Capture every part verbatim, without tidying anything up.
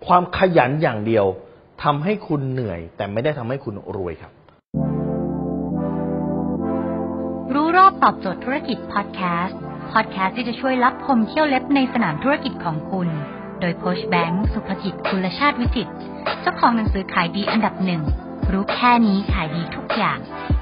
ความขยันอย่างเดียวทำให้คุณเหนื่อยแต่ไม่ได้ทำให้คุณรวยครับรู้รอบตอบโจทย์ธุรกิจพอดแคสต์พอดแคสต์ที่จะช่วยลับคมเขี้ยวเล็บในสนามธุรกิจของคุณโดยโค้ชแบงค์สุภกิจกุลชาติวิจิตรเจ้าของหนังสือขายดีอันดับหนึ่งรู้แค่นี้ขายดีทุกอย่าง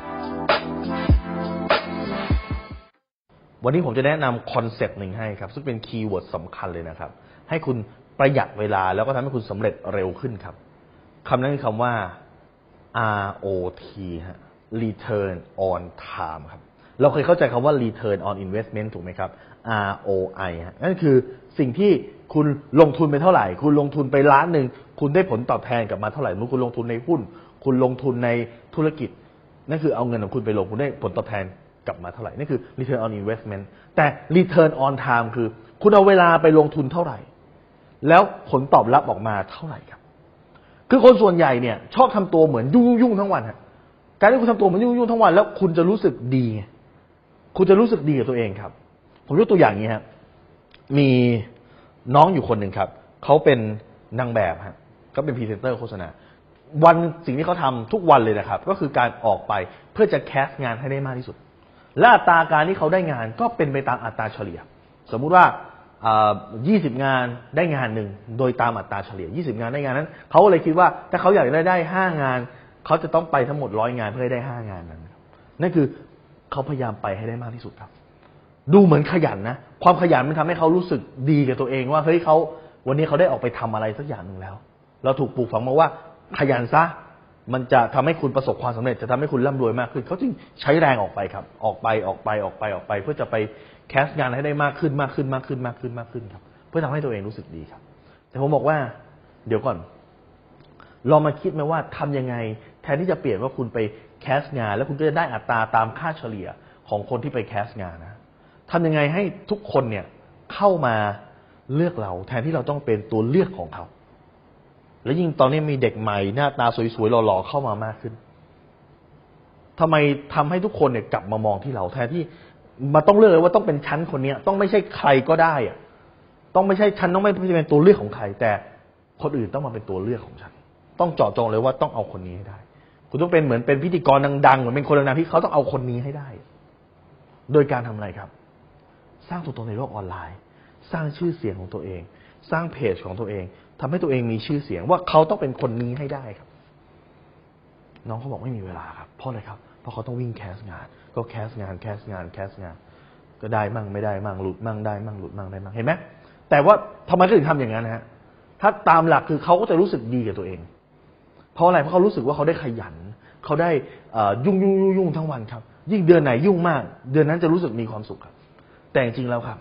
วันนี้ผมจะแนะนำคอนเซปต์หนึ่งให้ครับซึ่งเป็นคีย์เวิร์ดสำคัญเลยนะครับให้คุณประหยัดเวลาแล้วก็ทำให้คุณสำเร็จเร็วขึ้นครับคำนั้นคือคำว่า อาร์ โอ ที ฮะ Return on Time ครับเราเคยเข้าใจคำว่า Return on Investment ถูกไหมครับ อาร์ โอ ไอ ฮะนั่นคือสิ่งที่คุณลงทุนไปเท่าไหร่คุณลงทุนไปล้านหนึ่งคุณได้ผลตอบแทนกลับมาเท่าไหร่เมื่อคุณลงทุนในหุ้นคุณลงทุนในธุรกิจนั่นคือเอาเงินของคุณไปลงคุณได้ผลตอบแทนกลับมาเท่าไหร่นี่คือ Return on Investment แต่ Return on Time คือคุณเอาเวลาไปลงทุนเท่าไหร่แล้วผลตอบรับออกมาเท่าไหร่ครับคือคนส่วนใหญ่เนี่ยชอบทำตัวเหมือนยุ่งยุ่งทั้งวันฮะการที่คุณทำตัวเหมือนยุ่งยุ่งทั้งวันแล้วคุณจะรู้สึกดีคุณจะรู้สึกดีกับตัวเองครับผมยกตัวอย่างนี้ครับมีน้องอยู่คนหนึ่งครับเขาเป็นนางแบบฮะก็เป็นพรีเซนเตอร์โฆษณาวันสิ่งที่เขาทำทุกวันเลยนะครับก็คือการออกไปเพื่อจะแคสต์งานให้ได้มากที่สุดและอัตราการที่เขาได้งานก็เป็นไปตามอัตราเฉลี่ยสมมุติว่ายี่สิบงานได้งานหนึ่งโดยตามอัตราเฉลี่ยยี่สิบงานได้งานนั้นเขาเลยคิดว่าถ้าเขาอยากได้ได้ห้างานเขาจะต้องไปทั้งหมดร้อยงานเพื่อให้ได้ห้างานนั้นนั่นคือเขาพยายามไปให้ได้มากที่สุดครับดูเหมือนขยันนะความขยันมันทำให้เขารู้สึกดีกับตัวเองว่าเฮ้ยเขาวันนี้เขาได้ออกไปทำอะไรสักอย่างหนึ่งแล้วเราถูกปลูกฝังมาว่าขยันซะมันจะทำให้คุณประสบความสำเร็จจะทำให้คุณร่ำรวยมากขึ้นเขาจึงใช้แรงออกไปครับออกไปออกไปออกไปออกไปเพื่อจะไปแคสต์งานให้ได้มากขึ้นมากขึ้นมากขึ้นมากขึ้นมากขึ้นครับเพื่อทำให้ตัวเองรู้สึกดีครับแต่ผมบอกว่าเดี๋ยวก่อนลองมาคิดไหมว่าทำยังไงแทนที่จะเปลี่ยนว่าคุณไปแคสต์งานแล้วคุณก็จะได้อัตราตามค่าเฉลี่ยของคนที่ไปแคสต์งานนะทำยังไงให้ทุกคนเนี่ยเข้ามาเลือกเราแทนที่เราต้องเป็นตัวเลือกของเขาแล้วยิ่งตอนนี้มีเด็กใหม่หน้าตาสวยๆหล่อๆเข้ามามากขึ้นทำไมทำให้ทุกคนเนี่ยกลับมามองที่เราแทนที่มาต้องเลือกเลยว่าต้องเป็นชั้นคนนี้ต้องไม่ใช่ใครก็ได้อะต้องไม่ใช่ฉันต้องไม่เป็นตัวเลือกของใครแต่คนอื่นต้องมาเป็นตัวเลือกของฉันต้องเจาะจงเลยว่าต้องเอาคนนี้ให้ได้คุณต้องเป็นเหมือนเป็นพิธีกรดังๆเหมือนเป็นคนดังๆที่เขาต้องเอาคนนี้ให้ได้โดยการทำอะไรครับสร้างตัวตนในโลกออนไลน์สร้างชื่อเสียงของตัวเองสร้างเพจของตัวเองทำให้ตัวเองมีชื่อเสียงว่าเขาต้องเป็นคนนี้ให้ได้ครับน้องเขาบอกไม่มีเวลาครับเพราะอะไรครับเพราะเขาต้องวิ่งแคสงานก็แคสงานแคสงานแคสงานก็ได้มั่งไม่ได้มั่งหลุดมั่งได้มั่งหลุดมั่งได้มั่งเห็นไหมแต่ว่าทำไมเขาถึงทำอย่างนั้นฮะถ้าตามหลักคือเขาก็จะรู้สึกดีกับตัวเองเพราะอะไรเพราะเขารู้สึกว่าเขาได้ขยันเขาได้ยุ่งยุ่งยุ่งยุ่งทั้งวันครับยิ่งเดือนไหนยุ่งมากเดือนนั้นจะรู้สึกมีความสุขครับแต่จริงแล้วครับ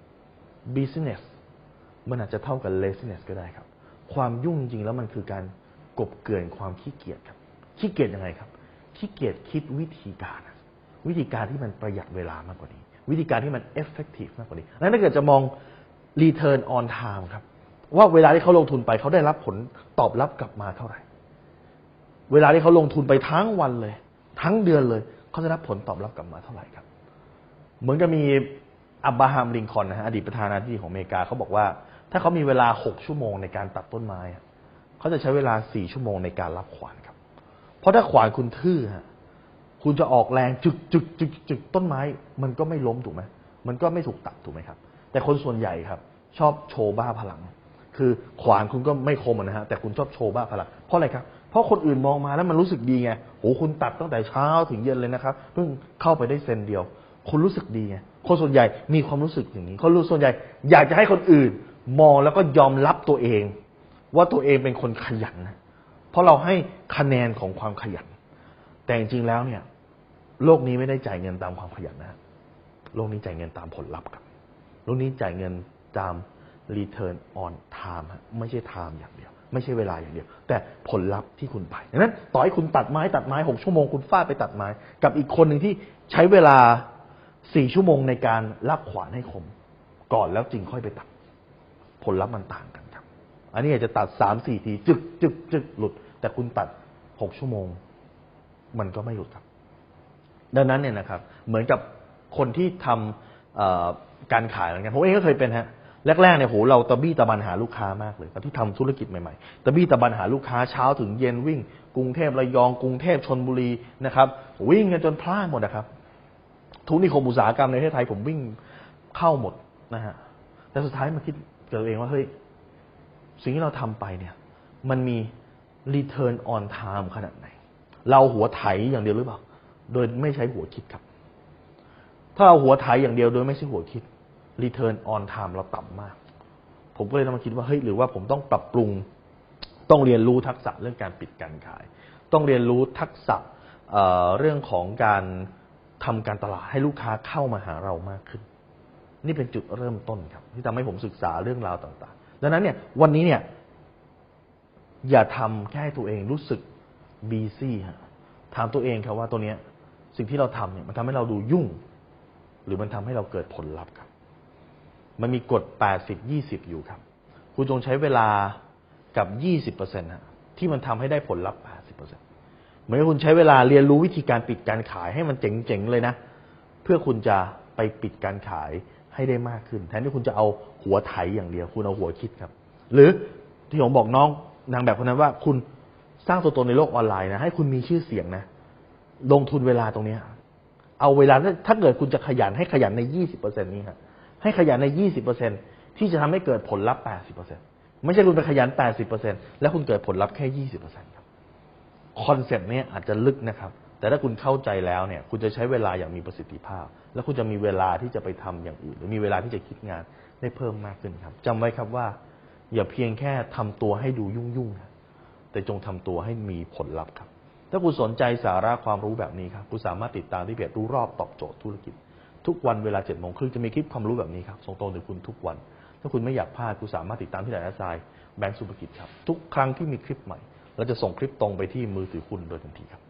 business มันอาจจะเท่ากับ laziness ก็ได้ครับความยุ่งจริงแล้วมันคือการกบเกลื่อนความขี้เกียจครับขี้เกียจยังไงครับขี้เกียจคิดวิธีการวิธีการที่มันประหยัดเวลามากกว่านี้วิธีการที่มัน effective มากกว่านี้แล้วถ้าเกิดจะมอง return on time ครับว่าเวลาที่เขาลงทุนไปเขาได้รับผลตอบรับกลับมาเท่าไหร่เวลาที่เขาลงทุนไปทั้งวันเลยทั้งเดือนเลยเขาจะรับผลตอบรับกลับมาเท่าไหร่ครับเหมือนกับมีอับราฮัมลิงคอล์นนะฮะอดีตประธานาธิบดีของอเมริกาเขาบอกว่าถ้าเขามีเวลาหกชั่วโมงในการตัดต้นไม้เขาจะใช้เวลาสี่ชั่วโมงในการรับขวานครับเพราะถ้าขวานคุณทื่อฮะคุณจะออกแรงจึกจึกจึกจึกต้นไม้มันก็ไม่ล้มถูกไหมมันก็ไม่ถูกตัดถูกไหมครับแต่คนส่วนใหญ่ครับชอบโชว์บ้าพลังคือขวานคุณก็ไม่คมนะฮะแต่คุณชอบโชว์บ้าพลังเพราะอะไรครับเพราะคนอื่นมองมาแล้วมันรู้สึกดีไงโอ้คุณตัดตั้งแต่เช้าถึงเย็นเลยนะครับเพิ่งเข้าไปได้เซนเดียวคุณรู้สึกดีไงคนส่วนใหญ่มีความรู้สึกอย่างนี้คนรู้ส่วนใหญ่อยากจะให้คนอื่นมองแล้วก็ยอมรับตัวเองว่าตัวเองเป็นคนขยันนะเพราะเราให้คะแนนของความขยันแต่จริงๆแล้วเนี่ยโลกนี้ไม่ได้จ่ายเงินตามความขยันนะโลกนี้จ่ายเงินตามผลลัพธ์ครับโลกนี้จ่ายเงินตาม return on time ไม่ใช่ time อย่างเดียวไม่ใช่เวลาอย่างเดียวแต่ผลลัพธ์ที่คุณไปดังนั้นต่อให้คุณตัดไม้ตัดไม้หกชั่วโมงคุณฟาดไปตัดไม้กับอีกคนหนึ่งที่ใช้เวลาสี่ชั่วโมงในการลากขวานให้คมก่อนแล้วจึงค่อยไปตัดผลลัพธ์มันต่างกันครับอันนี้อาจจะตัด สามสี่ ทีจึกจึกจึกหลุดแต่คุณตัดหกชั่วโมงมันก็ไม่หลุดครับดังนั้นเนี่ยนะครับเหมือนกับคนที่ทำการขายเหมือนกันผมเองก็เคยเป็นฮะแรกๆเนี่ยโหเราตะบี้ตะบันหาลูกค้ามากเลยตอนที่ทำธุรกิจใหม่ๆตะบี้ตะบันหาลูกค้าเช้าถึงเย็นวิ่งกรุงเทพระยองกรุงเทพชลบุรีนะครับวิ่งกันจนพลาดหมดนะครับทุกนิคมอุตสาหกรรมในประเทศไทยผมวิ่งเข้าหมดนะฮะแต่สุดท้ายมาคิดกับตัวเองว่าเฮ้ยสิ่งที่เราทำไปเนี่ยมันมี return on time ขนาดไหนเราหัวไถอย่างเดียวหรือเปล่าโดยไม่ใช้หัวคิดครับถ้าเราหัวไถอย่างเดียวโดยไม่ใช่หัวคิด return on time เราต่ำมากผมก็เลยต้องมาคิดว่าเฮ้ยหรือว่าผมต้องปรับปรุงต้องเรียนรู้ทักษะเรื่องการปิดการขายต้องเรียนรู้ทักษะ เอ่อ เรื่องของการทำการตลาดให้ลูกค้าเข้ามาหาเรามากขึ้นนี่เป็นจุดเริ่มต้นครับที่ทำให้ผมศึกษาเรื่องราวต่างๆดังนั้นเนี่ยวันนี้เนี่ยอย่าทำแค่ให้ตัวเองรู้สึกบีซี่ฮะถามตัวเองครับว่าตัวเนี้ยสิ่งที่เราทำเนี่ยมันทำให้เราดูยุ่งหรือมันทำให้เราเกิดผลลัพธ์ครับมันมีกฎ แปดสิบ ยี่สิบ อยู่ครับคุณจงใช้เวลากับ ยี่สิบเปอร์เซ็นต์ ฮะที่มันทำให้ได้ผลลัพธ์ แปดสิบเปอร์เซ็นต์ เหมือนคุณใช้เวลาเรียนรู้วิธีการปิดการขายให้มันเจ๋งๆเลยนะเพื่อคุณจะไปปิดการขายให้ได้มากขึ้นแทนที่คุณจะเอาหัวไถอย่างเดียวคุณเอาหัวคิดครับหรือที่ผมบอกน้องนางแบบคนนั้นว่าคุณสร้างตัวตนในโลกออนไลน์นะให้คุณมีชื่อเสียงนะลงทุนเวลาตรงนี้เอาเวลาถ้าเกิดคุณจะขยันให้ขยันใน ยี่สิบเปอร์เซ็นต์ นี้ครับให้ขยันใน ยี่สิบเปอร์เซ็นต์ ที่จะทำให้เกิดผลลัพธ์ แปดสิบเปอร์เซ็นต์ ไม่ใช่คุณไปขยัน แปดสิบเปอร์เซ็นต์ แล้วคุณเกิดผลลัพธ์แค่ ยี่สิบเปอร์เซ็นต์ ครับคอนเซ็ปต์นี้อาจจะลึกนะครับแต่ถ้าคุณเข้าใจแล้วเนี่ยคุณจะใช้เวลาอย่างมีประสิทธิภาพแล้วคุณจะมีเวลาที่จะไปทำอย่างอื่นหรือมีเวลาที่จะคิดงานได้เพิ่มมากขึ้นครับจำไว้ครับว่าอย่าเพียงแค่ทำตัวให้ดูยุ่งๆแต่จงทำตัวให้มีผลลัพธ์ครับถ้าคุณสนใจสาระความรู้แบบนี้ครับคุณสามารถติดตามที่เพจรู้รอบตอบโจทย์ธุรกิจทุกวันเวลา เจ็ดโมงครึ่งจะมีคลิปความรู้แบบนี้ครับส่งตรงถึงคุณทุกวันถ้าคุณไม่อยากพลาดคุณสามารถติดตามที่ไหนได้ทรายแบงก์สุภกิจครับทุกครั้งที่มีคลิปใหม่เราจะส่งคลิปตรงไปที่มือถือคุณโดยทันทีครับ